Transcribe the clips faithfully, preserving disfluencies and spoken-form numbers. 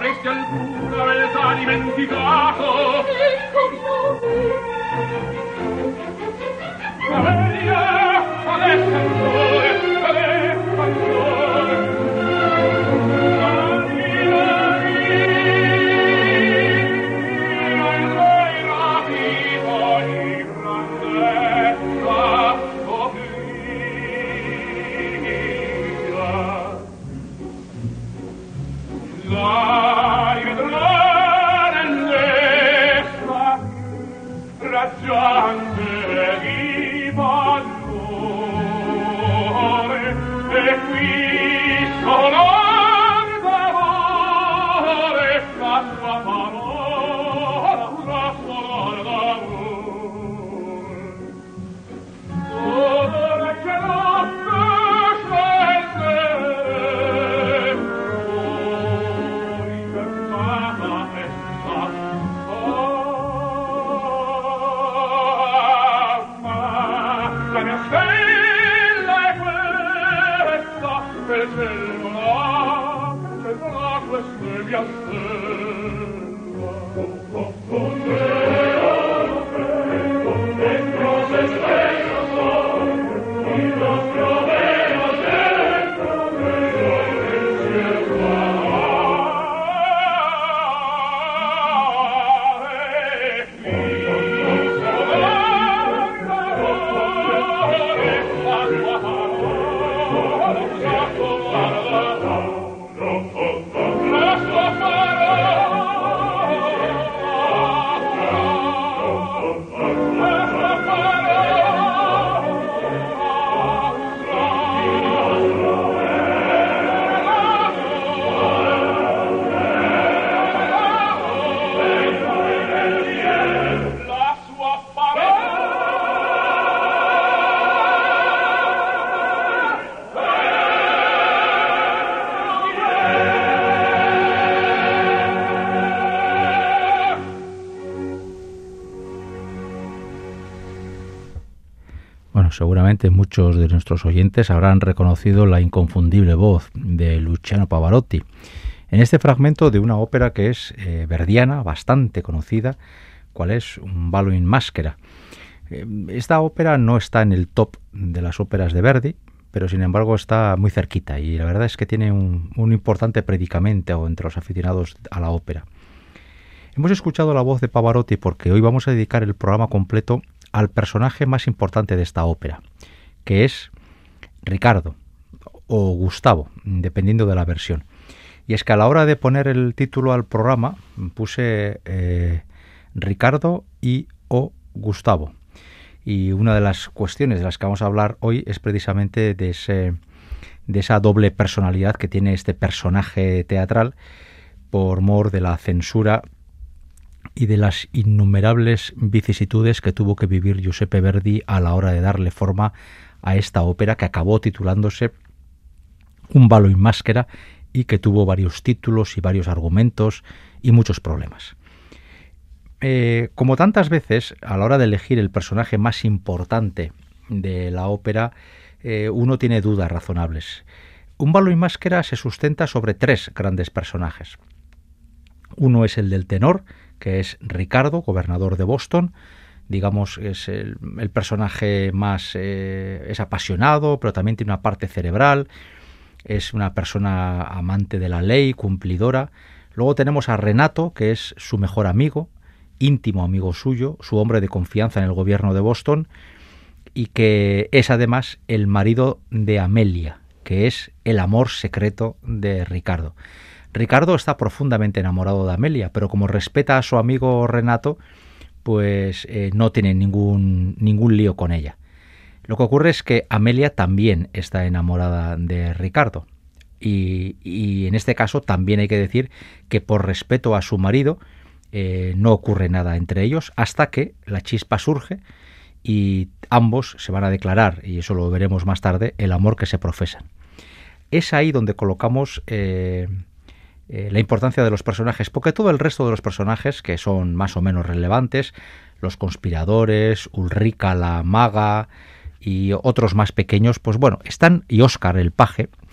avresti alcuna verità dimenticato. Maria, adesso ancora, adesso ancora. Seguramente muchos de nuestros oyentes habrán reconocido la inconfundible voz de Luciano Pavarotti en este fragmento de una ópera que es eh, verdiana, bastante conocida, cual es Un ballo in maschera. Eh, esta ópera no está en el top de las óperas de Verdi, pero sin embargo está muy cerquita y la verdad es que tiene un, un importante predicamento entre los aficionados a la ópera. Hemos escuchado la voz de Pavarotti porque hoy vamos a dedicar el programa completo al personaje más importante de esta ópera, que es Ricardo o Gustavo, dependiendo de la versión. Y es que a la hora de poner el título al programa puse eh, Ricardo y o Gustavo. Y una de las cuestiones de las que vamos a hablar hoy es precisamente de, ese, de esa doble personalidad que tiene este personaje teatral por mor de la censura y de las innumerables vicisitudes que tuvo que vivir Giuseppe Verdi a la hora de darle forma a esta ópera que acabó titulándose Un ballo in maschera y que tuvo varios títulos y varios argumentos y muchos problemas. Eh, como tantas veces, a la hora de elegir el personaje más importante de la ópera, eh, uno tiene dudas razonables. Un ballo in maschera se sustenta sobre tres grandes personajes. Uno es el del tenor, que es Ricardo, gobernador de Boston. Digamos, es el, el personaje más eh, es apasionado, pero también tiene una parte cerebral. Es una persona amante de la ley, cumplidora. Luego tenemos a Renato, que es su mejor amigo, íntimo amigo suyo, su hombre de confianza en el gobierno de Boston, y que es además el marido de Amelia, que es el amor secreto de Ricardo. Ricardo está profundamente enamorado de Amelia, pero como respeta a su amigo Renato, pues eh, no tiene ningún, ningún lío con ella. Lo que ocurre es que Amelia también está enamorada de Ricardo. Y, y en este caso también hay que decir que por respeto a su marido eh, no ocurre nada entre ellos hasta que la chispa surge y ambos se van a declarar, y eso lo veremos más tarde, el amor que se profesan. Es ahí donde colocamos eh, eh, la importancia de los personajes, porque todo el resto de los personajes, que son más o menos relevantes, los conspiradores, Ulrica la maga y otros más pequeños, pues bueno, están, y Óscar el paje,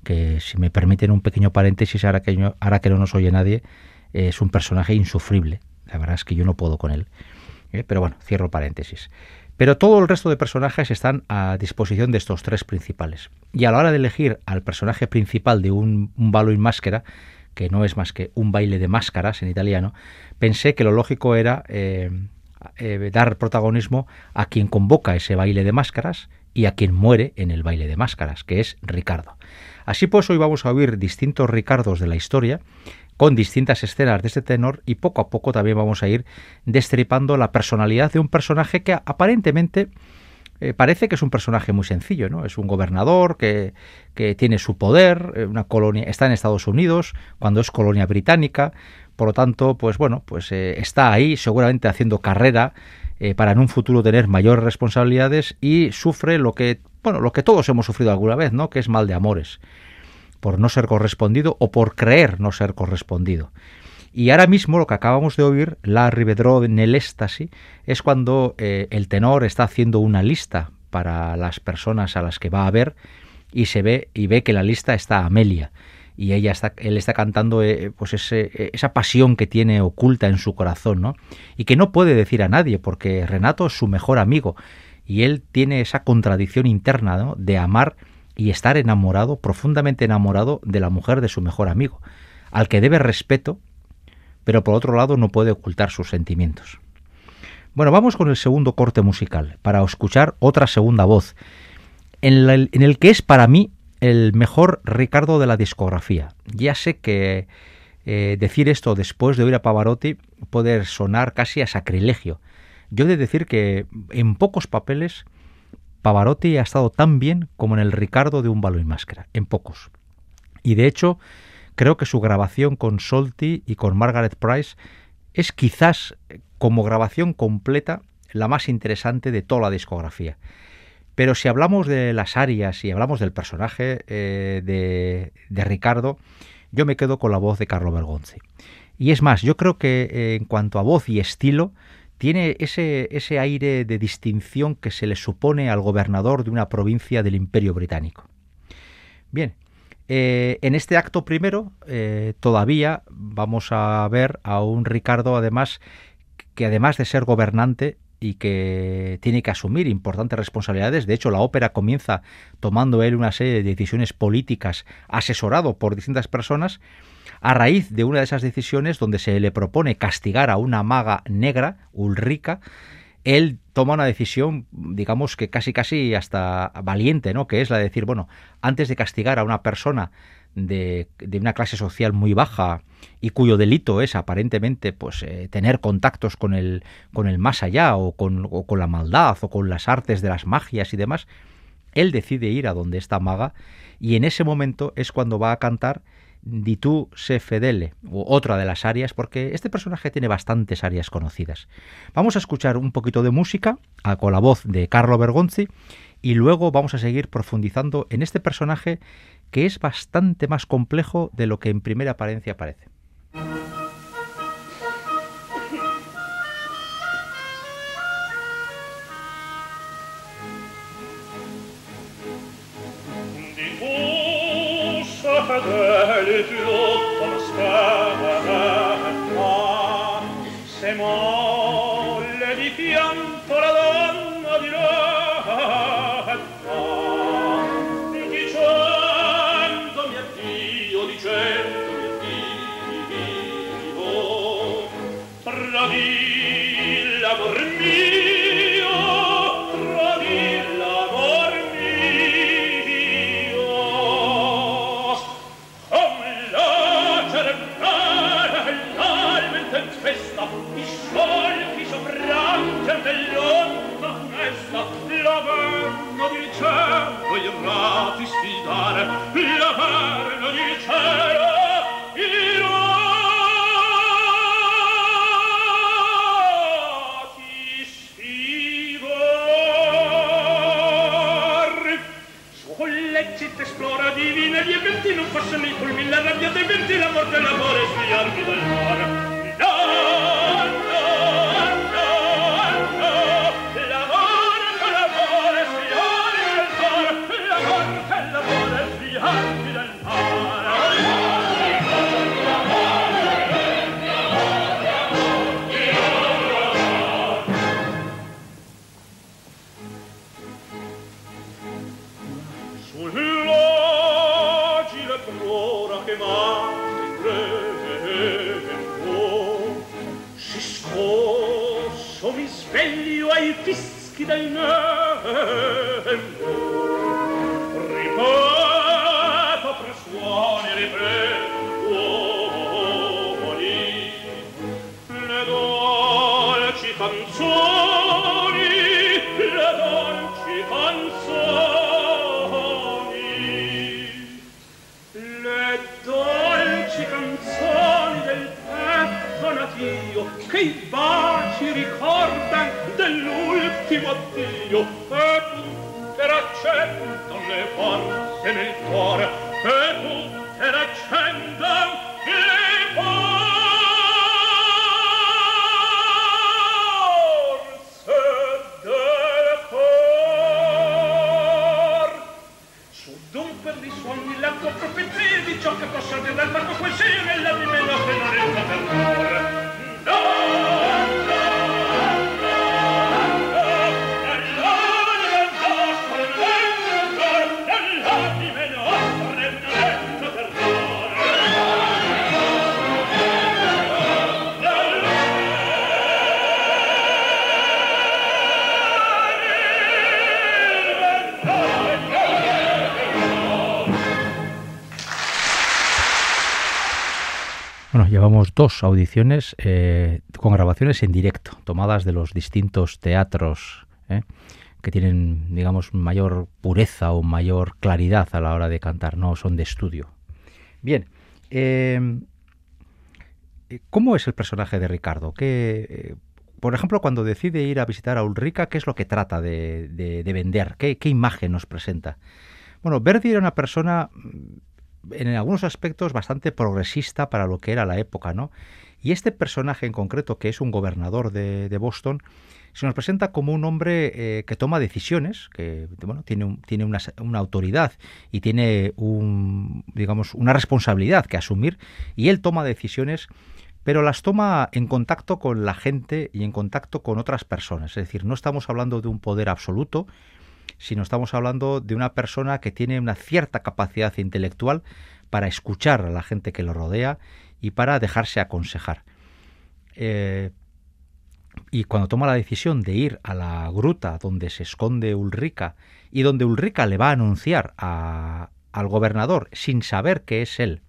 que si me permiten un pequeño paréntesis, ahora que, yo, ahora que no nos oye nadie, eh, es un personaje insufrible. La verdad es que yo no puedo con él. ¿eh? Pero bueno, cierro paréntesis. Pero todo el resto de personajes están a disposición de estos tres principales. Y a la hora de elegir al personaje principal de un, un ballo in maschera, que no es más que un baile de máscaras en italiano, pensé que lo lógico era eh, eh, dar protagonismo a quien convoca ese baile de máscaras y a quien muere en el baile de máscaras, que es Ricardo. Así pues, hoy vamos a oír distintos Ricardos de la historia, con distintas escenas de este tenor, y poco a poco también vamos a ir destripando la personalidad de un personaje que aparentemente eh, parece que es un personaje muy sencillo, ¿no? Es un gobernador que, que tiene su poder, una colonia, está en Estados Unidos cuando es colonia británica, por lo tanto, pues bueno, pues eh, está ahí seguramente haciendo carrera eh, para en un futuro tener mayores responsabilidades, y sufre lo que, bueno, lo que todos hemos sufrido alguna vez, ¿no? Que es mal de amores, por no ser correspondido o por creer no ser correspondido. Y ahora mismo lo que acabamos de oír, la rivedrò nell'estasi, es cuando eh, el tenor está haciendo una lista para las personas a las que va a ver, y se ve y ve que en la lista está Amelia, y ella está, él está cantando eh, pues ese, esa pasión que tiene oculta en su corazón, ¿no? Y que no puede decir a nadie, porque Renato es su mejor amigo, y él tiene esa contradicción interna, ¿no? De amar y estar enamorado, profundamente enamorado de la mujer de su mejor amigo, al que debe respeto, pero por otro lado no puede ocultar sus sentimientos. Bueno, vamos con el segundo corte musical, para escuchar otra segunda voz, en, la, en el que es para mí el mejor Ricardo de la discografía. Ya sé que eh, decir esto después de oír a Pavarotti puede sonar casi a sacrilegio. Yo he de decir que en pocos papeles Pavarotti ha estado tan bien como en el Ricardo de un ballo in maschera, en pocos. Y de hecho, creo que su grabación con Solti y con Margaret Price es quizás, como grabación completa, la más interesante de toda la discografía. Pero si hablamos de las arias y hablamos del personaje eh, de, de Ricardo, yo me quedo con la voz de Carlo Bergonzi. Y es más, yo creo que eh, en cuanto a voz y estilo, tiene ese, ese aire de distinción que se le supone al gobernador de una provincia del Imperio Británico. Bien, eh, en este acto primero eh, todavía vamos a ver a un Ricardo, además, que además de ser gobernante y que tiene que asumir importantes responsabilidades. De hecho, la ópera comienza tomando él una serie de decisiones políticas, asesorado por distintas personas, a raíz de una de esas decisiones donde se le propone castigar a una maga negra, Ulrica. Él toma una decisión, digamos que casi casi hasta valiente, ¿no? Que es la de decir, bueno, antes de castigar a una persona de, de una clase social muy baja y cuyo delito es aparentemente pues eh, tener contactos con el, con el más allá o con, o con la maldad o con las artes de las magias y demás, él decide ir a donde está maga, y en ese momento es cuando va a cantar Di tu se fedele, o otra de las arias, porque este personaje tiene bastantes arias conocidas. Vamos a escuchar un poquito de música a, con la voz de Carlo Bergonzi, y luego vamos a seguir profundizando en este personaje que es bastante más complejo de lo que en primera apariencia parece. Fedele tutta la spada, se molle di pianto la donna di Letta, dicendomi addio, dicendomi addio, tradii l'amor mio, tradii l'amor mio. Festa, i solchi soffrange dell'onda funesta, l'Averno di cielo i rati sfidare, l'Averno di cielo i rati sfidare. Sulle città esplora divine gli eventi non passano i fulmini, la rabbia dei venti, la morte e l'amore sviarmi dal mare. L'amore, l'amore, l'ora che madre tremo, si scosso mi sveglio ai fischi del nembo, ripeto fra suoni, ripeto le dolci canzoni, le dolci canzoni, le dolci canzoni del petto natio, che i baci ricordan dell'ultimo addio, e tutte raccendan le forze nel cuore, e tutte raccendan le forze del cor. Su dunque li suoni la tua profezia di ciò che possa dire dal marco poesia nella di me la fenaretta per cuore. No! Bueno, llevamos dos audiciones eh, con grabaciones en directo, tomadas de los distintos teatros eh, que tienen, digamos, mayor pureza o mayor claridad a la hora de cantar, no son de estudio. Bien, eh, ¿cómo es el personaje de Ricardo? ¿Qué, eh, por ejemplo, cuando decide ir a visitar a Ulrica, ¿qué es lo que trata de, de, de vender? ¿Qué, ¿Qué imagen nos presenta? Bueno, Verdi era una persona en algunos aspectos bastante progresista para lo que era la época, ¿no? Y este personaje en concreto, que es un gobernador de, de Boston, se nos presenta como un hombre eh, que toma decisiones, que bueno, tiene, un, tiene una, una autoridad y tiene un, digamos, una responsabilidad que asumir, y él toma decisiones, pero las toma en contacto con la gente y en contacto con otras personas. Es decir, no estamos hablando de un poder absoluto, sino estamos hablando de una persona que tiene una cierta capacidad intelectual para escuchar a la gente que lo rodea y para dejarse aconsejar. Eh, y cuando toma la decisión de ir a la gruta donde se esconde Ulrica y donde Ulrica le va a anunciar a, al gobernador, sin saber que es él,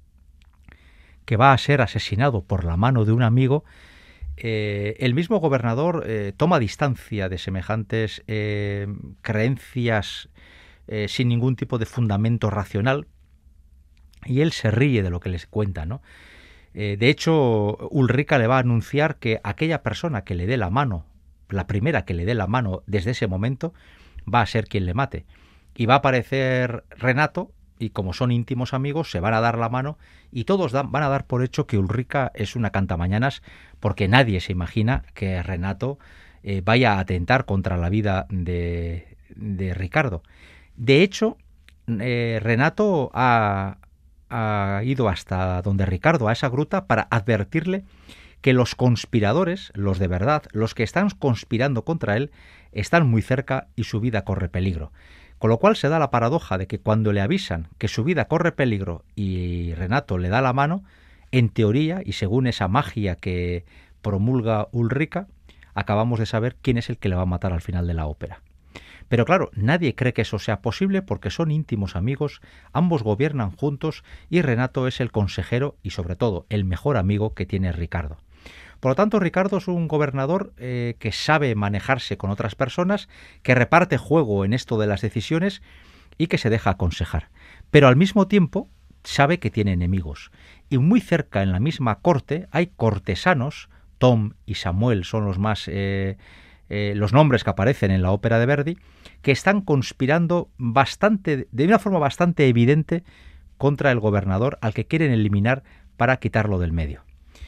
que va a ser asesinado por la mano de un amigo, Eh, el mismo gobernador eh, toma distancia de semejantes eh, creencias eh, sin ningún tipo de fundamento racional, y él se ríe de lo que les cuenta, ¿no? Eh, de hecho, Ulrica le va a anunciar que aquella persona que le dé la mano, la primera que le dé la mano desde ese momento, va a ser quien le mate. Y va a aparecer Renato, y como son íntimos amigos, se van a dar la mano, y todos dan, van a dar por hecho que Ulrica es una cantamañanas, porque nadie se imagina que Renato eh, vaya a atentar contra la vida de, de Ricardo. De hecho, eh, Renato ha, ha ido hasta donde Ricardo, a esa gruta, para advertirle que los conspiradores, los de verdad, los que están conspirando contra él, están muy cerca y su vida corre peligro. Con lo cual se da la paradoja de que cuando le avisan que su vida corre peligro y Renato le da la mano, en teoría, y según esa magia que promulga Ulrica, acabamos de saber quién es el que le va a matar al final de la ópera. Pero claro, nadie cree que eso sea posible porque son íntimos amigos, ambos gobiernan juntos y Renato es el consejero y sobre todo el mejor amigo que tiene Ricardo. Por lo tanto, Ricardo es un gobernador eh, que sabe manejarse con otras personas, que reparte juego en esto de las decisiones y que se deja aconsejar. Pero al mismo tiempo sabe que tiene enemigos. Y muy cerca, en la misma corte, hay cortesanos, Tom y Samuel son los más eh, eh, los nombres que aparecen en la ópera de Verdi, que están conspirando bastante, de una forma bastante evidente contra el gobernador, al que quieren eliminar para quitarlo del medio.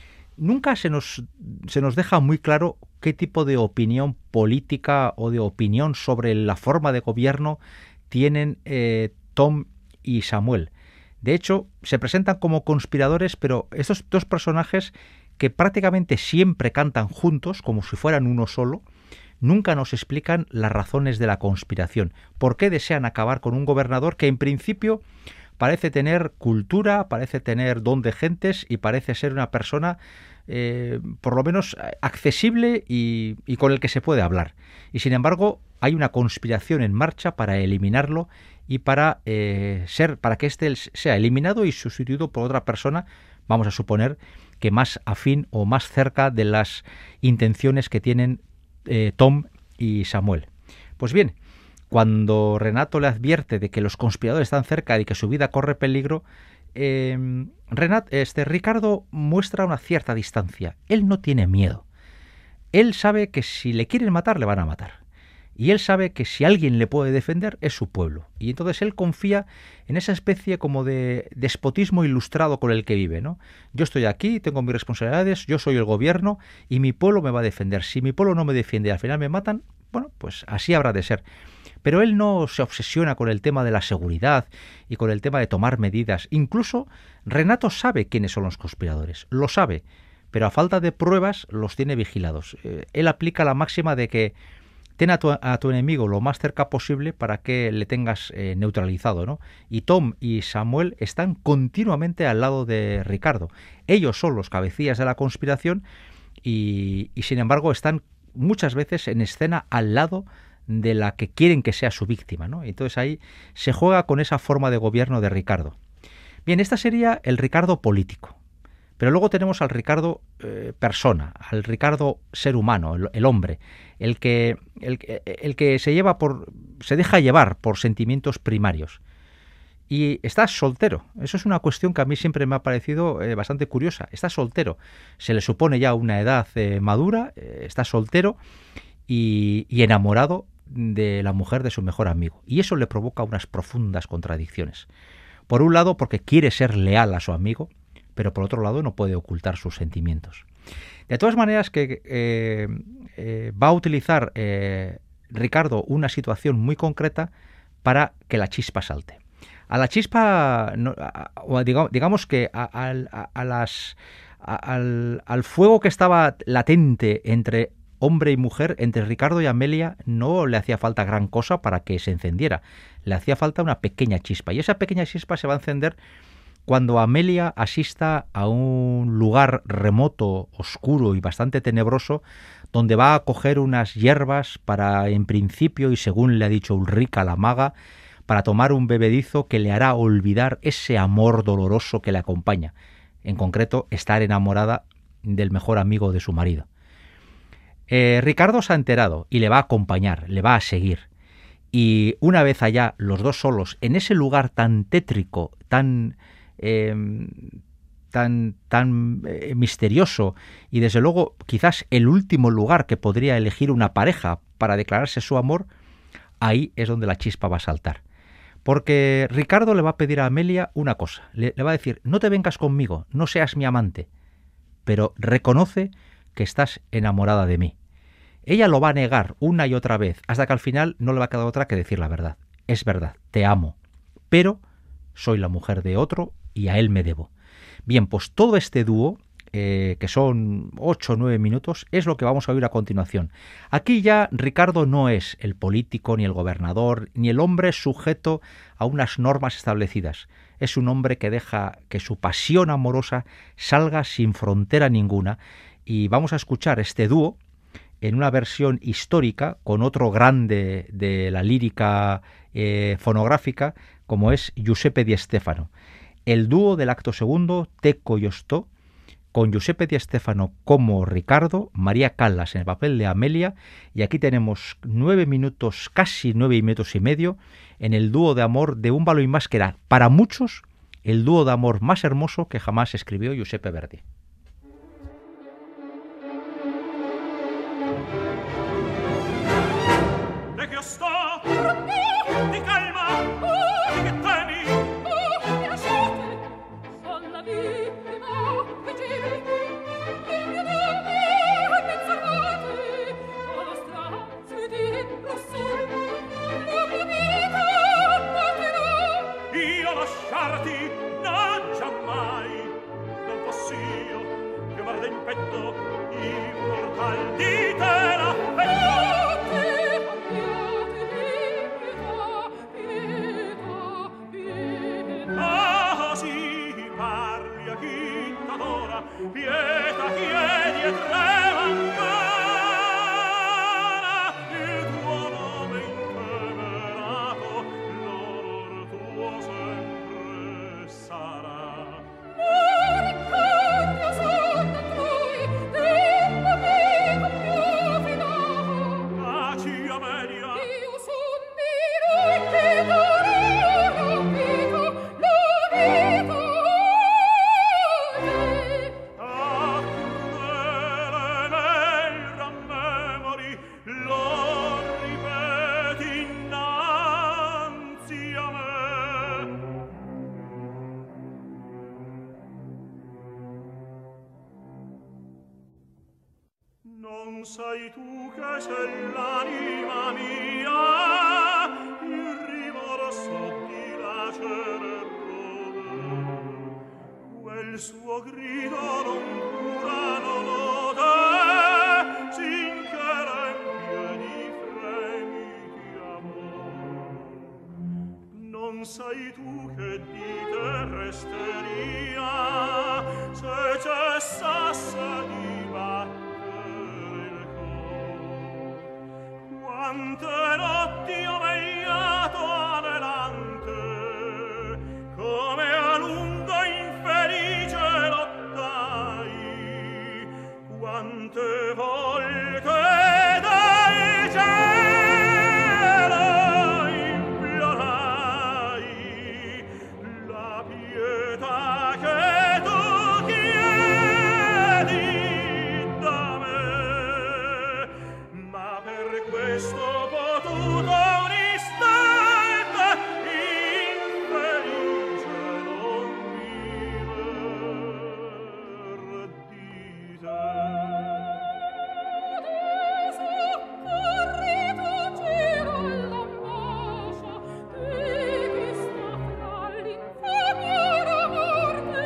Nunca se nos, se nos deja muy claro qué tipo de opinión política o de opinión sobre la forma de gobierno tienen eh, Tom y Samuel. De hecho, se presentan como conspiradores, pero estos dos personajes que prácticamente siempre cantan juntos, como si fueran uno solo, nunca nos explican las razones de la conspiración. ¿Por qué desean acabar con un gobernador que en principio parece tener cultura, parece tener don de gentes y parece ser una persona eh, por lo menos accesible y, y con el que se puede hablar. Y sin embargo hay una conspiración en marcha para eliminarlo y para eh, ser para que éste sea eliminado y sustituido por otra persona, vamos a suponer que más afín o más cerca de las intenciones que tienen eh, Tom y Samuel. Pues bien, cuando Renato le advierte de que los conspiradores están cerca y que su vida corre peligro, eh, Renat, este, Ricardo muestra una cierta distancia. Él no tiene miedo. Él sabe que si le quieren matar, le van a matar. Y él sabe que si alguien le puede defender es su pueblo. Y entonces él confía en esa especie como de despotismo ilustrado con el que vive, ¿no? Yo estoy aquí, tengo mis responsabilidades, yo soy el gobierno y mi pueblo me va a defender. Si mi pueblo no me defiende y al final me matan, bueno, pues así habrá de ser. Pero él no se obsesiona con el tema de la seguridad y con el tema de tomar medidas. Incluso Renato sabe quiénes son los conspiradores, lo sabe, pero a falta de pruebas los tiene vigilados. Eh, él aplica la máxima de que ten a tu, a tu enemigo lo más cerca posible para que le tengas eh, neutralizado, ¿no? Y Tom y Samuel están continuamente al lado de Ricardo. Ellos son los cabecillas de la conspiración y, y sin embargo están muchas veces en escena al lado de la que quieren que sea su víctima, ¿no? Entonces ahí se juega con esa forma de gobierno de Ricardo. Bien, esta sería el Ricardo político. Pero luego tenemos al Ricardo eh, persona, al Ricardo ser humano, el, el hombre, el que, el, el que se lleva por, se deja llevar por sentimientos primarios. Y está soltero. Eso es una cuestión que a mí siempre me ha parecido eh, bastante curiosa. Está soltero. Se le supone ya una edad eh, madura, eh, está soltero y, y enamorado de la mujer de su mejor amigo. Y eso le provoca unas profundas contradicciones. Por un lado, porque quiere ser leal a su amigo, pero por otro lado no puede ocultar sus sentimientos. De todas maneras que eh, eh, va a utilizar eh, Ricardo una situación muy concreta para que la chispa salte. A la chispa, no, a, a, digamos, digamos que a, a, a las, a, al, al fuego que estaba latente entre hombre y mujer, entre Ricardo y Amelia, no le hacía falta gran cosa para que se encendiera. Le hacía falta una pequeña chispa. Y esa pequeña chispa se va a encender cuando Amelia asista a un lugar remoto, oscuro y bastante tenebroso, donde va a coger unas hierbas para, en principio, y según le ha dicho Ulrica la maga, para tomar un bebedizo que le hará olvidar ese amor doloroso que le acompaña. En concreto, estar enamorada del mejor amigo de su marido. Eh, Ricardo se ha enterado y le va a acompañar, le va a seguir. Y una vez allá, los dos solos, en ese lugar tan tétrico, tan... Eh, tan, tan eh, misterioso y desde luego quizás el último lugar que podría elegir una pareja para declararse su amor, ahí es donde la chispa va a saltar. Porque Ricardo le va a pedir a Amelia una cosa, le, le va a decir, no te vengas conmigo, no seas mi amante, pero reconoce que estás enamorada de mí. Ella lo va a negar una y otra vez, hasta que al final no le va a quedar otra que decir la verdad. Es verdad, te amo, pero soy la mujer de otro y a él me debo. Bien, pues todo este dúo, eh, que son ocho o nueve minutos, es lo que vamos a oír a continuación. Aquí ya Ricardo no es el político, ni el gobernador, ni el hombre sujeto a unas normas establecidas. Es un hombre que deja que su pasión amorosa salga sin frontera ninguna, y vamos a escuchar este dúo en una versión histórica con otro grande de la lírica eh, fonográfica, como es Giuseppe Di Stefano. El dúo del acto segundo, Teco y Ostò, con Giuseppe Di Stefano como Ricardo, María Callas en el papel de Amelia, y aquí tenemos nueve minutos, casi nueve minutos y medio, en el dúo de amor de un Balo y más que era, para muchos, el dúo de amor más hermoso que jamás escribió Giuseppe Verdi. Oh t'adora, pietà chiedi e trema ancora, il tuo nome intemerato, l'onor tuo sempre sarà. Ma ricordo son da lui, dritto vivo più fidato. Taci, Amelia. Io son di lui che d'oro vito, lo vito ore. Ah, crudele nel rammemori, lo ripeti innanzi a me. Non sai tu che sei l'anima mia, il rimorso di lacere rode, quel suo grido non cura non ode, sinché l'empie di fremiti amor. Non sai tu che di te resteria, se cessasse di battere il cor. Quante notti ho vegliato anelante, come a lungo infelice lottai, quante volte dal cielo implorai la pietà che tu chiedi da me, ma per questo potuto un istante infelice non viver di te. Soccorrito giro all'ambascia, di chi sta fra l'infamia e la morte.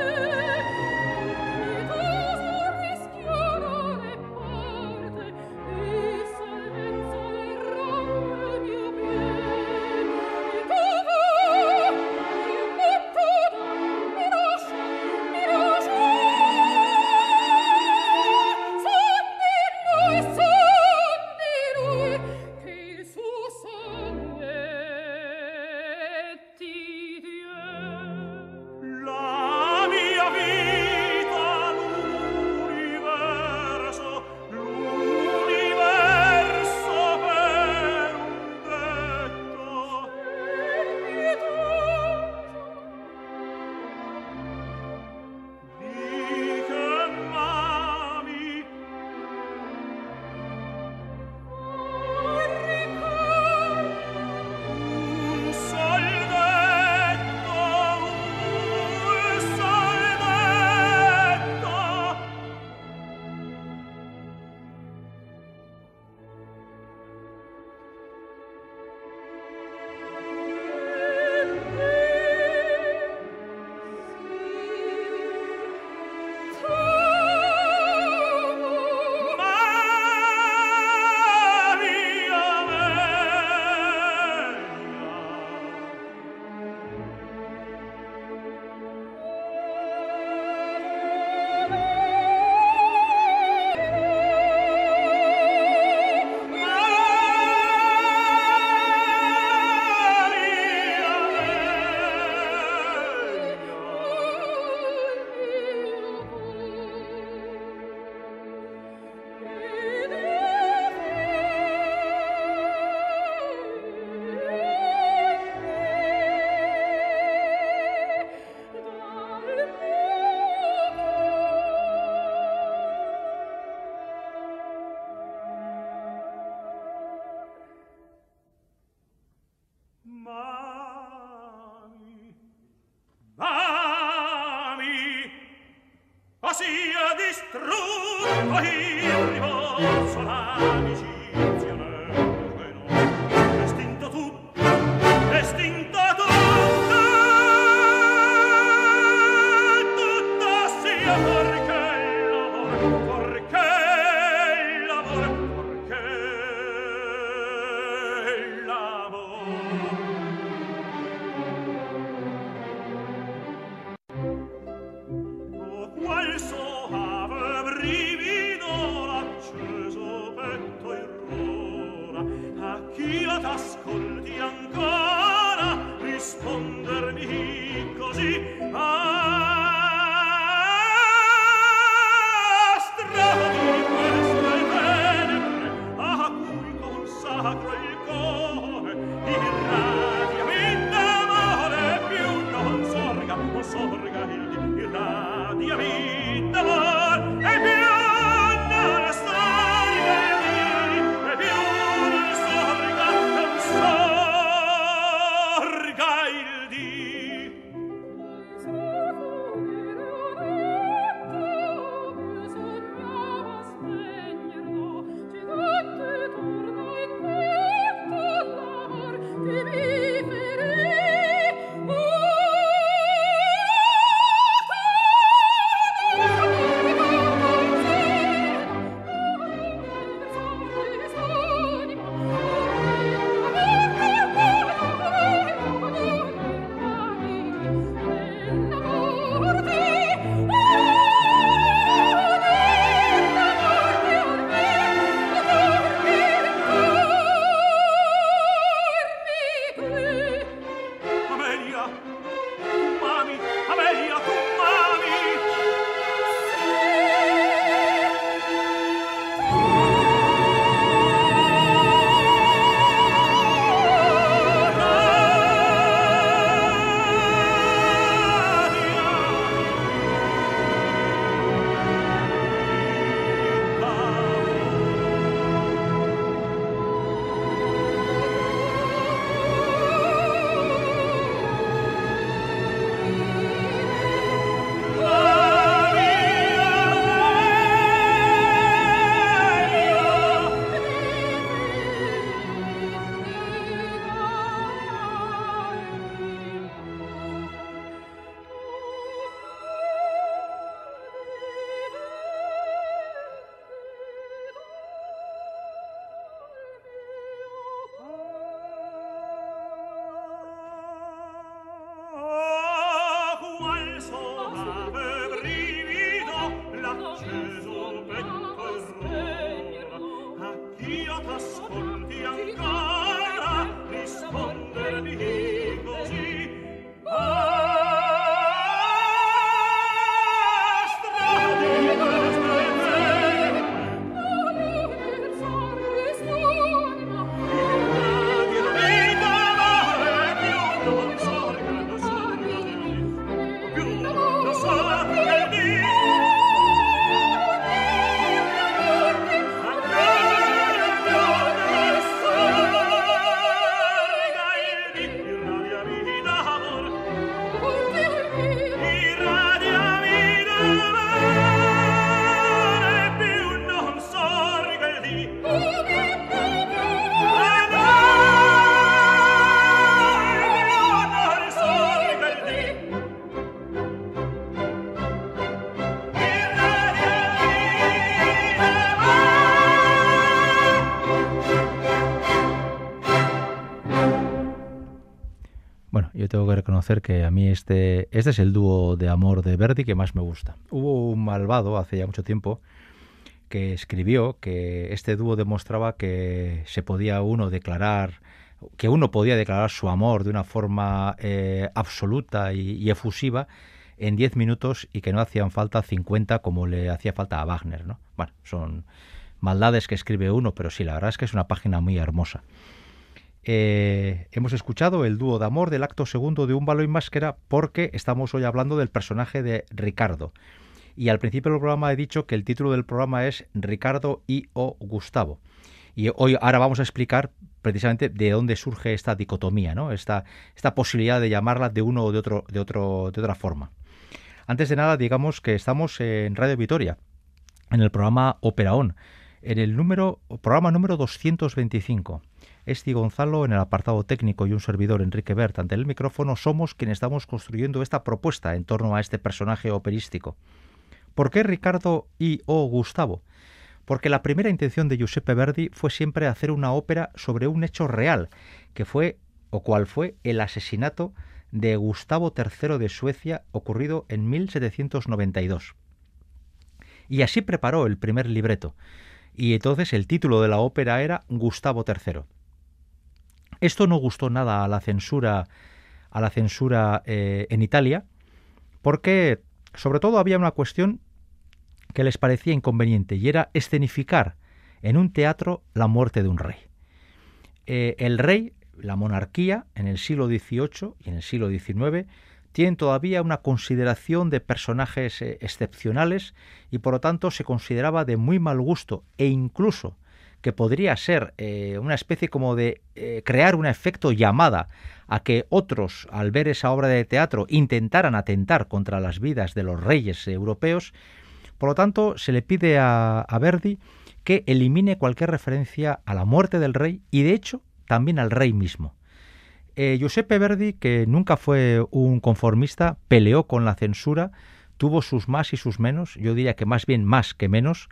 Pietoso rischiaro le parte, e salvezza del rampe mio piede. Dove il vento mi lascia, mi lascia. Son di lui, son di lui, che il suo sangue ti tiene. La mia vita, l'universo, l'universo per un detto. Di che m'ami, un sol detto, un sol detto. Maria Amelia. Mami, mami, o sia distrutto il rimorso, l'amicizia nel bueno, estinto tutto, estinto tutto, tutto sia perché l'amor, perché l'amor, perché l'amor. Oh, qual yo tengo que reconocer que a mí este, este es el dúo de amor de Verdi que más me gusta. Hubo un malvado hace ya mucho tiempo que escribió que este dúo demostraba que se podía uno declarar, que uno podía declarar su amor de una forma eh, absoluta y, y efusiva en diez minutos y que no hacían falta cincuenta como le hacía falta a Wagner, ¿no? Bueno, son maldades que escribe uno, pero sí, la verdad es que es una página muy hermosa. Eh, hemos escuchado el dúo de amor del acto segundo de Un balo y máscara porque estamos hoy hablando del personaje de Ricardo. Y al principio del programa he dicho que el título del programa es Ricardo y o Gustavo. Y hoy ahora vamos a explicar precisamente de dónde surge esta dicotomía, ¿no? Esta, esta posibilidad de llamarla de uno o de otro, de otro, de otra forma. Antes de nada, digamos que estamos en Radio Vitoria, en el programa Ópera On, en el número, programa número doscientos veinticinco. Esti Gonzalo en el apartado técnico y un servidor, Enrique Bert, ante el micrófono, somos quienes estamos construyendo esta propuesta en torno a este personaje operístico. ¿Por qué Ricardo y o Gustavo? Porque la primera intención de Giuseppe Verdi fue siempre hacer una ópera sobre un hecho real, que fue, o cual fue, el asesinato de Gustavo tercero de Suecia, ocurrido en mil setecientos noventa y dos. Y así preparó el primer libreto, y entonces el título de la ópera era Gustavo tercero. Esto no gustó nada a la censura, a la censura eh, en Italia, porque sobre todo había una cuestión que les parecía inconveniente, y era escenificar en un teatro la muerte de un rey. Eh, el rey, la monarquía, en el siglo dieciocho y en el siglo diecinueve, tienen todavía una consideración de personajes eh, excepcionales y por lo tanto se consideraba de muy mal gusto e incluso que podría ser eh, una especie como de eh, crear un efecto llamada a que otros, al ver esa obra de teatro, intentaran atentar contra las vidas de los reyes europeos. Por lo tanto, se le pide a, a Verdi que elimine cualquier referencia a la muerte del rey y, de hecho, también al rey mismo. Eh, Giuseppe Verdi, que nunca fue un conformista, peleó con la censura, tuvo sus más y sus menos, yo diría que más bien más que menos.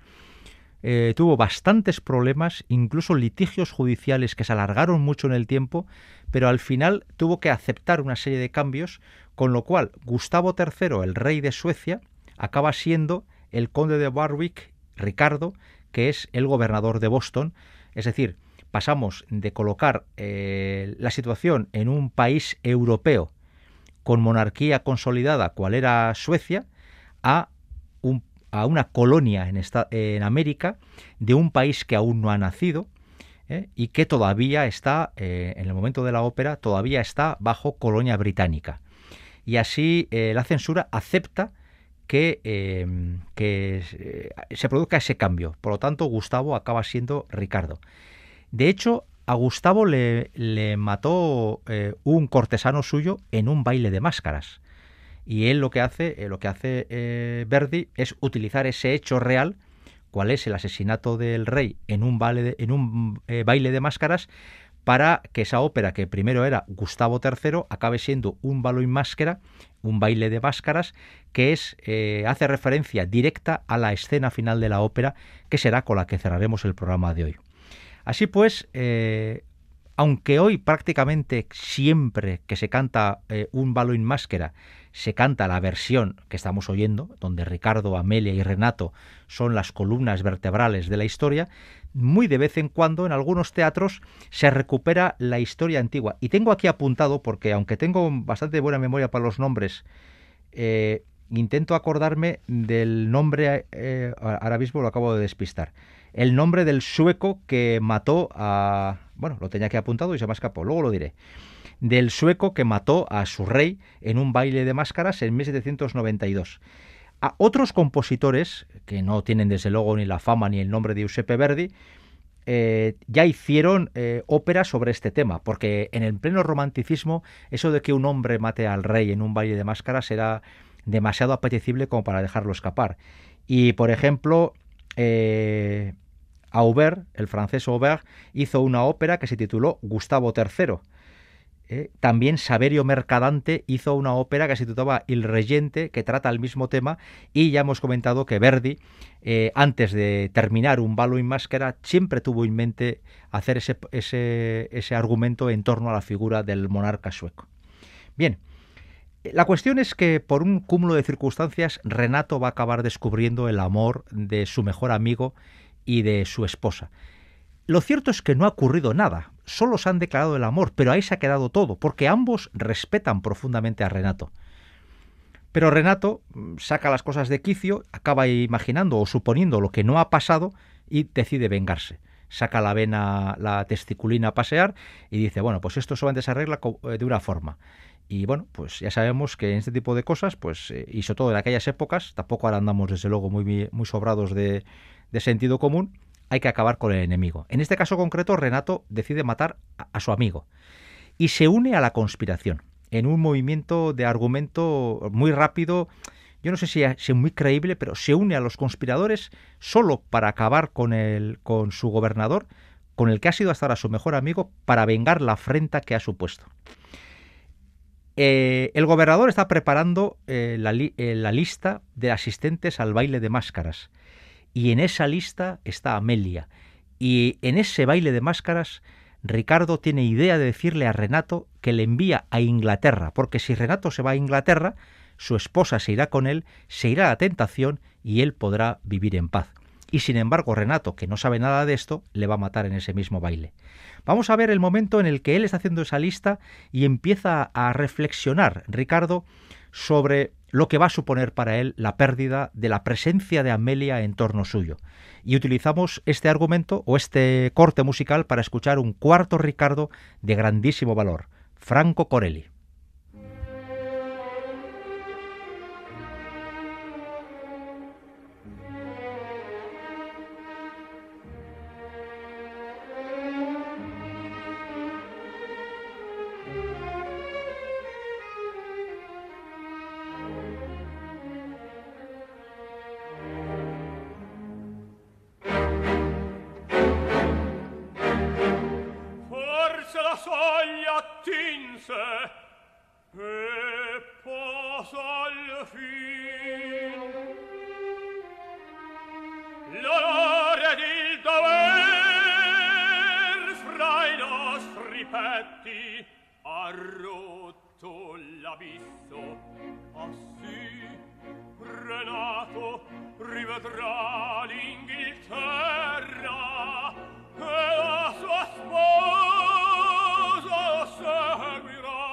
Eh, tuvo bastantes problemas, incluso litigios judiciales que se alargaron mucho en el tiempo, pero al final tuvo que aceptar una serie de cambios, con lo cual Gustavo tercero, el rey de Suecia, acaba siendo el conde de Warwick, Ricardo, que es el gobernador de Boston. Es decir, pasamos de colocar eh, la situación en un país europeo con monarquía consolidada, cual era Suecia, a un a una colonia en, esta, en América de un país que aún no ha nacido ¿eh? y que todavía está, eh, en el momento de la ópera, todavía está bajo colonia británica. Y así eh, la censura acepta que, eh, que eh, se produzca ese cambio. Por lo tanto, Gustavo acaba siendo Ricardo. De hecho, a Gustavo le, le mató eh, un cortesano suyo en un baile de máscaras. Y él lo que hace, eh, lo que hace eh, Verdi es utilizar ese hecho real, cuál es el asesinato del rey en un baile de, en un eh, baile de máscaras, para que esa ópera, que primero era Gustavo tercero, acabe siendo un ballo in maschera, un baile de máscaras, que es eh, hace referencia directa a la escena final de la ópera, que será con la que cerraremos el programa de hoy. Así pues, eh, aunque hoy prácticamente siempre que se canta eh, un ballo in maschera, se canta la versión que estamos oyendo, donde Ricardo, Amelia y Renato son las columnas vertebrales de la historia, muy de vez en cuando en algunos teatros se recupera la historia antigua. Y tengo aquí apuntado, porque aunque tengo bastante buena memoria para los nombres, eh, intento acordarme del nombre, eh, ahora mismo lo acabo de despistar, el nombre del sueco que mató a... Bueno, lo tenía aquí apuntado y se me escapó, luego lo diré. Del sueco que mató a su rey en un baile de máscaras en mil setecientos noventa y dos. A otros compositores, que no tienen desde luego ni la fama ni el nombre de Giuseppe Verdi, eh, ya hicieron eh, óperas sobre este tema, porque en el pleno romanticismo eso de que un hombre mate al rey en un baile de máscaras era demasiado apetecible como para dejarlo escapar. Y, por ejemplo, eh, Auber, el francés Auber, hizo una ópera que se tituló Gustavo tercero. Eh, también Saverio Mercadante hizo una ópera que se titulaba Il Reggente, que trata el mismo tema, y ya hemos comentado que Verdi, eh, antes de terminar un ballo in maschera, siempre tuvo en mente hacer ese, ese, ese argumento en torno a la figura del monarca sueco. Bien, la cuestión es que por un cúmulo de circunstancias Renato va a acabar descubriendo el amor de su mejor amigo y de su esposa. Lo cierto es que no ha ocurrido nada, solo se han declarado el amor, pero ahí se ha quedado todo, porque ambos respetan profundamente a Renato. Pero Renato saca las cosas de quicio, acaba imaginando o suponiendo lo que no ha pasado y decide vengarse. Saca la vena, la testiculina a pasear y dice, bueno, pues esto solamente se arregla de una forma. Y bueno, pues ya sabemos que en este tipo de cosas, pues, y sobre todo en aquellas épocas, tampoco ahora andamos desde luego muy, muy sobrados de, de sentido común, hay que acabar con el enemigo. En este caso concreto, Renato decide matar a, a su amigo y se une a la conspiración en un movimiento de argumento muy rápido. Yo no sé si es muy creíble, pero se une a los conspiradores solo para acabar con, el, con su gobernador, con el que ha sido hasta ahora su mejor amigo, para vengar la afrenta que ha supuesto. Eh, el gobernador está preparando eh, la, li, eh, la lista de asistentes al baile de máscaras. Y en esa lista está Amelia. Y en ese baile de máscaras, Ricardo tiene idea de decirle a Renato que le envía a Inglaterra, porque si Renato se va a Inglaterra, su esposa se irá con él, se irá a la tentación y él podrá vivir en paz. Y sin embargo, Renato, que no sabe nada de esto, le va a matar en ese mismo baile. Vamos a ver el momento en el que él está haciendo esa lista y empieza a reflexionar, Ricardo, sobre lo que va a suponer para él la pérdida de la presencia de Amelia en torno suyo. Y utilizamos este argumento o este corte musical para escuchar un cuarto Ricardo de grandísimo valor, Franco Corelli. letti ha rotto l'abisso, ah sì, Renato rivedrà l'Inghilterra e la sua sposa lo seguirà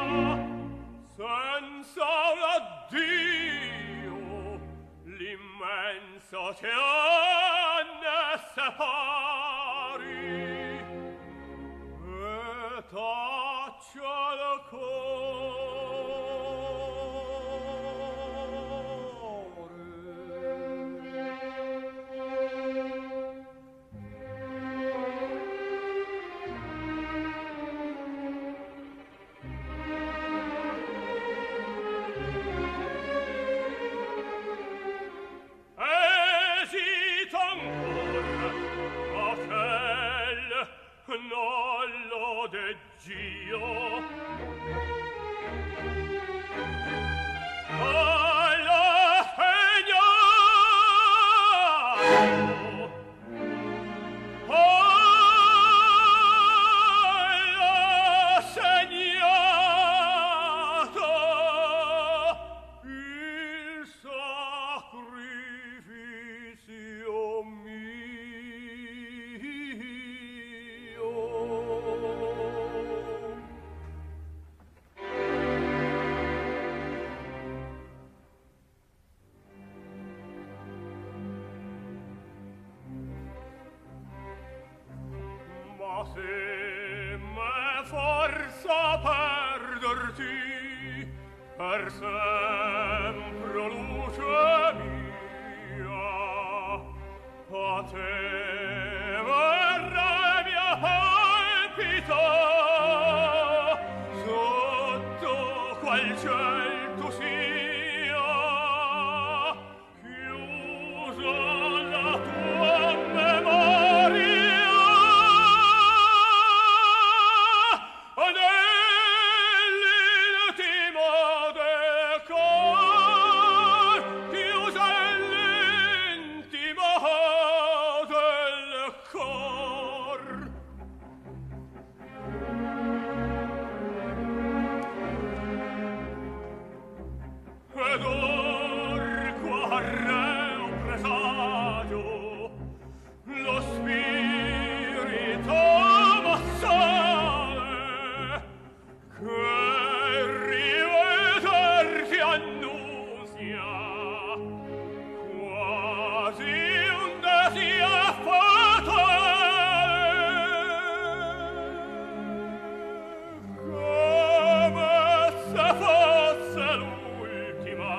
senza un addio l'immenso oceano separi e taccia il nollo de Gio alla segnato alla segnato il sacrificio mio. Ma se me forza perderti per sempre luce mia, a te verrà mia palpito sotto qual ciel tu sia, chiusa la tua memoria nell'intimo del cor, chiusa nell'intimo del cor. Ed or qua reo presagio lo spirito m'assale che rivederti annunzia quasi un desio fatale, come se fosse l'ultima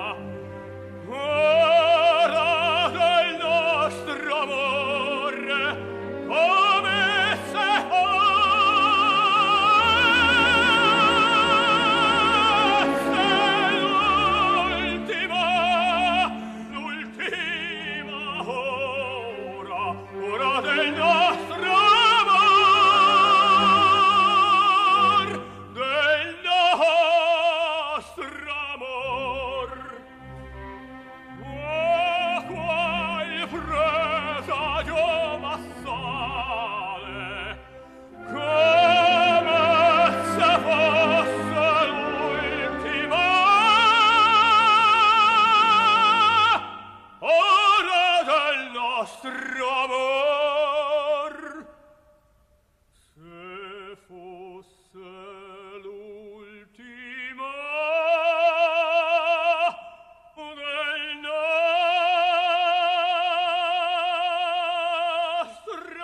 ora del nostro amore, come se fosse l'ultima, l'ultima ora, ora del nostro amor, del nostro amor. Oh, qual presagio m'assale, come se fosse l'ultima ora del nostro amor. Se fosse l'ultima del nostro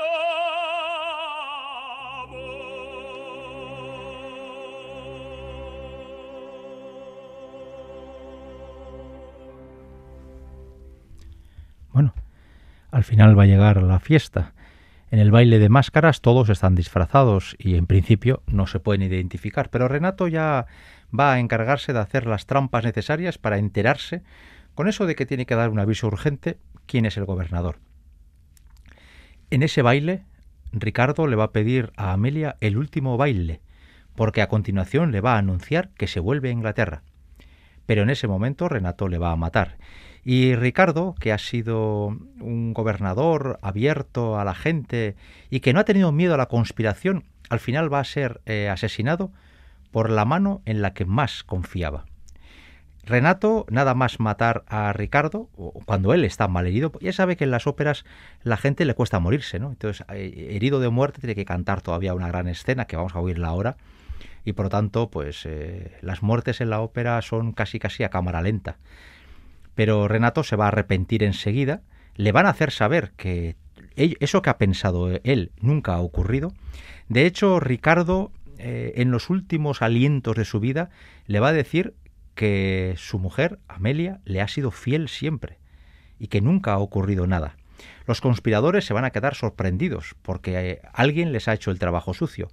Bueno, al final va a llegar la fiesta. En el baile de máscaras todos están disfrazados y en principio no se pueden identificar, pero Renato ya va a encargarse de hacer las trampas necesarias para enterarse, con eso de que tiene que dar un aviso urgente, quién es el gobernador. En ese baile, Ricardo le va a pedir a Amelia el último baile, porque a continuación le va a anunciar que se vuelve a Inglaterra. Pero en ese momento Renato le va a matar. Y Ricardo, que ha sido un gobernador abierto a la gente y que no ha tenido miedo a la conspiración, al final va a ser eh, asesinado por la mano en la que más confiaba. Renato, nada más matar a Ricardo, o cuando él está malherido, ya sabe que en las óperas la gente le cuesta morirse, ¿no? Entonces, herido de muerte, tiene que cantar todavía una gran escena, que vamos a oírla ahora, y por lo tanto, pues eh, las muertes en la ópera son casi casi a cámara lenta. Pero Renato se va a arrepentir enseguida, le van a hacer saber que eso que ha pensado él nunca ha ocurrido. De hecho, Ricardo, eh, en los últimos alientos de su vida, le va a decir que su mujer, Amelia, le ha sido fiel siempre y que nunca ha ocurrido nada. Los conspiradores se van a quedar sorprendidos porque alguien les ha hecho el trabajo sucio.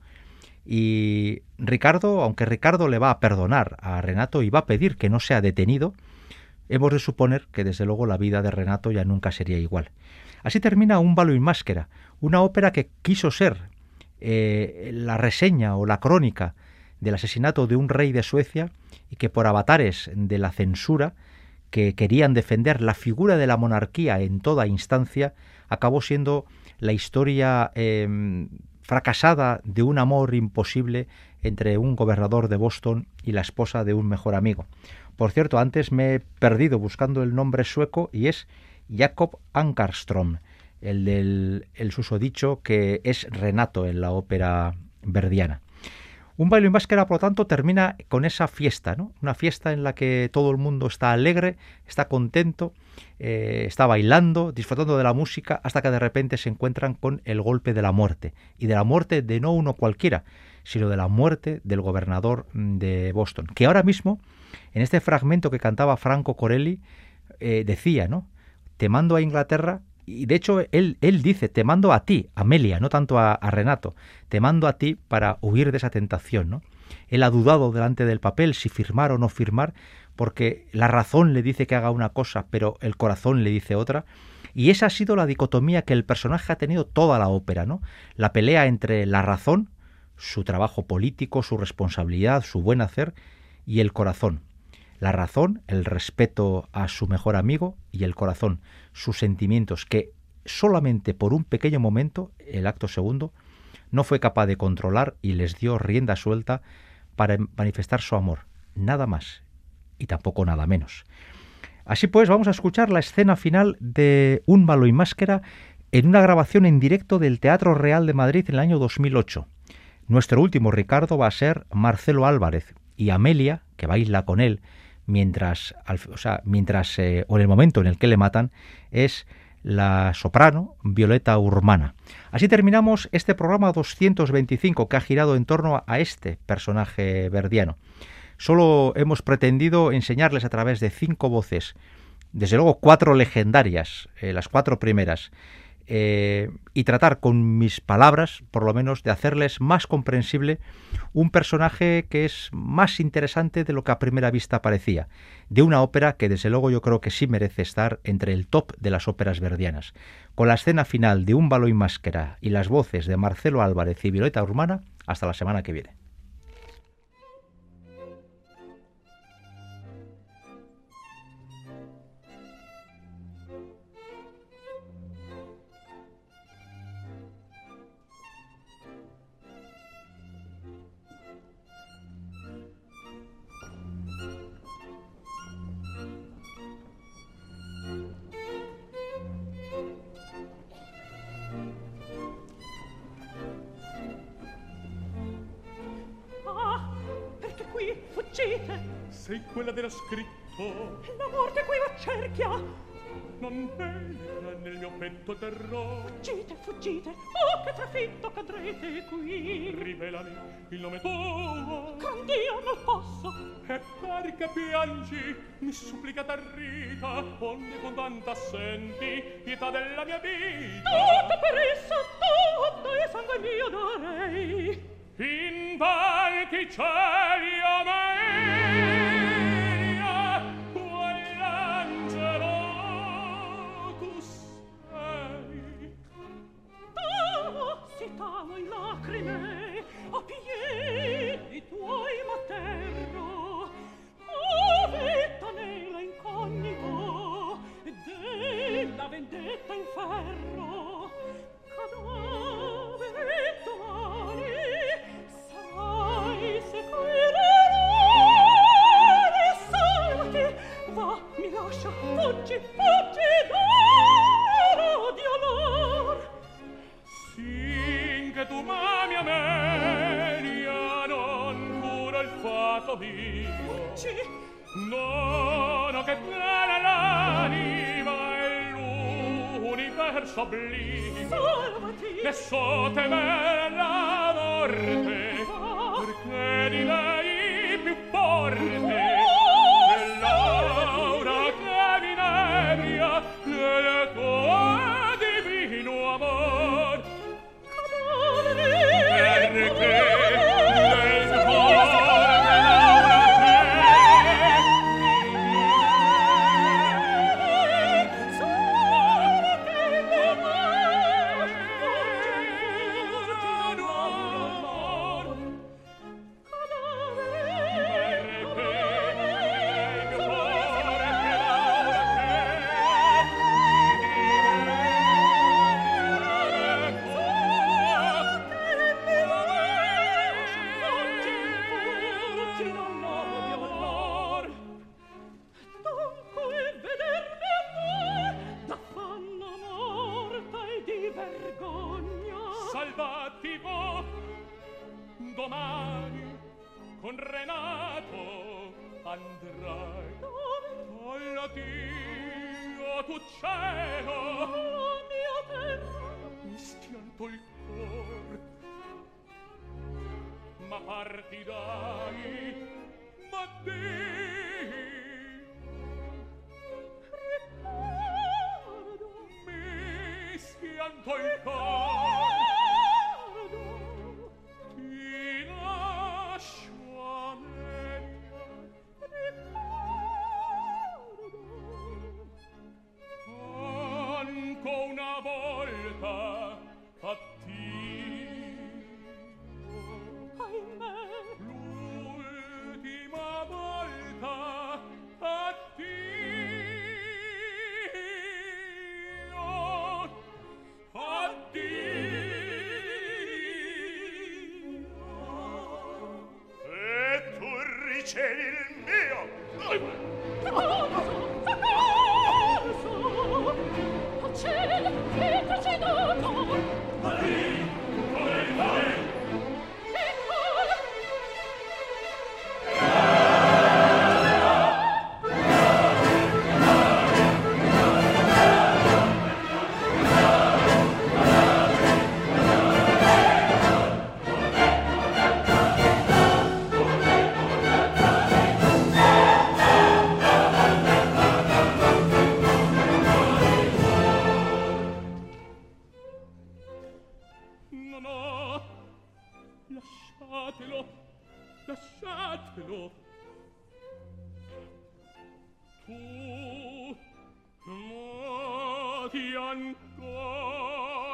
Y Ricardo, aunque Ricardo le va a perdonar a Renato y va a pedir que no sea detenido, hemos de suponer que desde luego la vida de Renato ya nunca sería igual. Así termina Un balo y máscara, una ópera que quiso ser eh, la reseña o la crónica del asesinato de un rey de Suecia y que por avatares de la censura que querían defender la figura de la monarquía en toda instancia, acabó siendo la historia eh, fracasada de un amor imposible entre un gobernador de Boston y la esposa de un mejor amigo. Por cierto, antes me he perdido buscando el nombre sueco y es Jakob Ankarström, el del el susodicho que es Renato en la ópera verdiana. Un baile y máscara, por lo tanto, termina con esa fiesta, ¿no? Una fiesta en la que todo el mundo está alegre, está contento, eh, está bailando, disfrutando de la música, hasta que de repente se encuentran con el golpe de la muerte. Y de la muerte de no uno cualquiera, sino de la muerte del gobernador de Boston. Que ahora mismo, en este fragmento que cantaba Franco Corelli, eh, decía, ¿no? Te mando a Inglaterra. Y de hecho él, él dice, te mando a ti, Amelia, no tanto a, a Renato, te mando a ti para huir de esa tentación, ¿no? Él ha dudado delante del papel si firmar o no firmar, porque la razón le dice que haga una cosa, pero el corazón le dice otra. Y esa ha sido la dicotomía que el personaje ha tenido toda la ópera, ¿no? La pelea entre la razón, su trabajo político, su responsabilidad, su buen hacer, y el corazón. La razón, el respeto a su mejor amigo, y el corazón, sus sentimientos, que solamente por un pequeño momento, el acto segundo, no fue capaz de controlar y les dio rienda suelta para manifestar su amor. Nada más, y tampoco nada menos. Así pues, vamos a escuchar la escena final de Un balo y máscara en una grabación en directo del Teatro Real de Madrid en el año dos mil ocho. Nuestro último Ricardo va a ser Marcelo Álvarez, y Amelia, que baila con él, mientras, o sea, mientras eh, o en el momento en el que le matan, es la soprano Violeta Urmana. Así terminamos este programa doscientos veinticinco que ha girado en torno a este personaje verdiano. Solo hemos pretendido enseñarles a través de cinco voces, desde luego cuatro legendarias, eh, las cuatro primeras, eh, y tratar con mis palabras, por lo menos, de hacerles más comprensible un personaje que es más interesante de lo que a primera vista parecía, de una ópera que desde luego yo creo que sí merece estar entre el top de las óperas verdianas. Con la escena final de Un balo y máscara y las voces de Marcelo Álvarez y Violeta Urmana, hasta la semana que viene. Sei quella dello scritto. La morte qui v'accerchia. Non penetra nel mio petto terrore. Fuggite, fuggite. Oh, che trafitto cadrete qui. Rivelami il nome tuo. Con Dio non posso. E perché piangi? Mi supplica Rita, onde con tanta senti pietà della mia vita. Tutto per esso, tutto e sangue mio darei. In valchi cieli Amelia, quell'angelo tu sei. Tu si tamo in lacrime a piedi tuoi materno. Oh, vetta nella incognito della vendetta inferno. Cadavere domani fuggi d'odio l'or. Sin che tu m'ami Amelia, non curo il fato mio. Fuggi, No, no, che bella l'anima è l'universo oblio. salvati. Ne so temere la morte, perché di lei più forte dell'aura che mi nebria del tuo divino amor. Perché del cuore dell'aura salvati vo domani con Renato andrai alla Dio tu cielo mia terra, mi stianto il cor ma partirai ma di ricordo, mi stianto il cor ti lascio Amelia anco una volta a Dio ahimè, l'ultima volta a Dio a Dio e tu ricevi il mio soccorso, soccorso, oh cielo, che tracedato, ma lì come fai no no lasciatelo lasciatelo tu moti ancor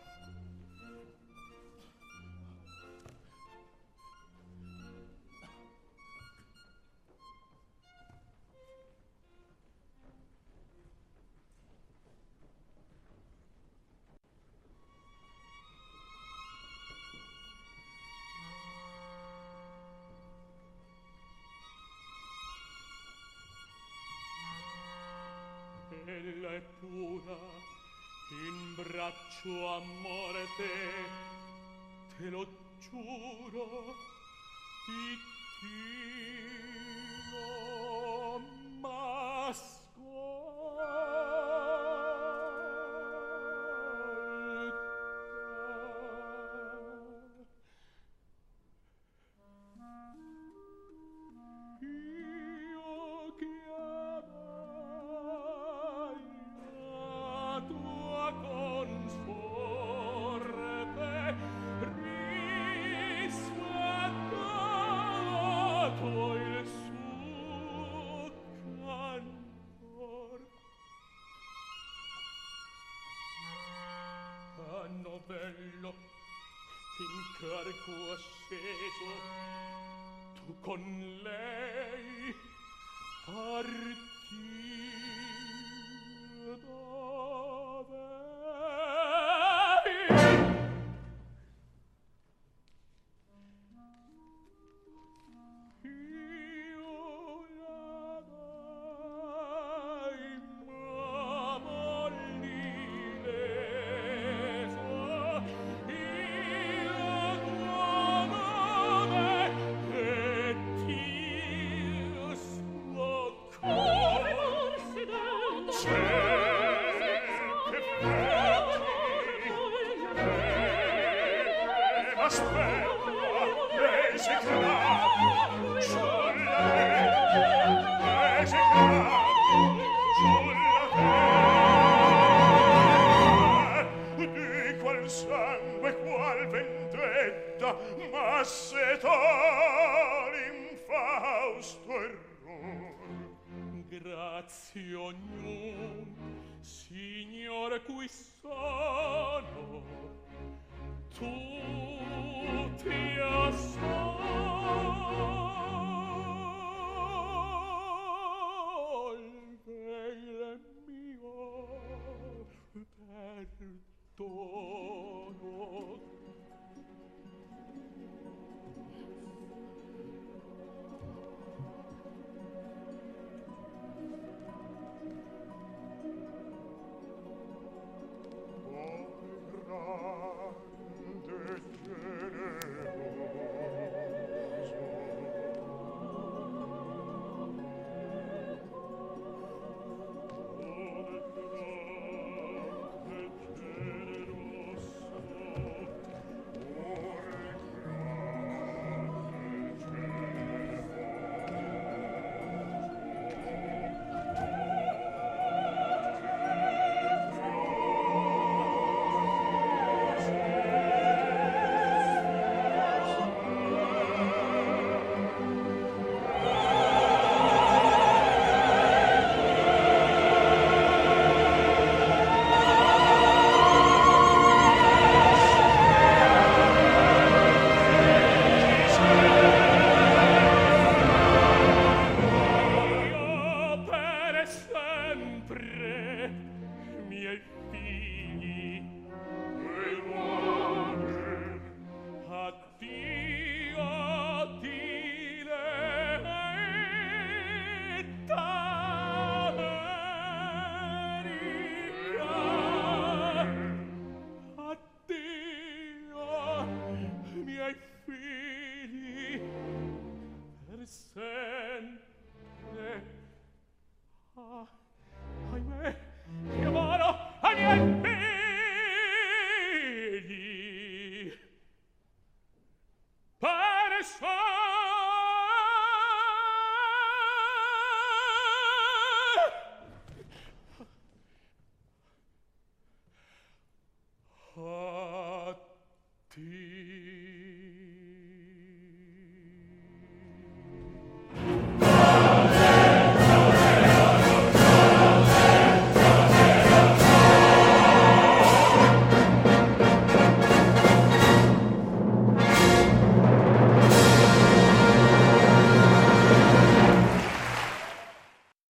ella è pura in braccio a morte te lo giuro Dio m'ascolta io chiamai la tua consorte rispettato il suo cantor a novello incarico asceso tu con lei parti dove io la dai Grazie ognun, signore qui sono, tutti assolve il mio perdono. Sempre miei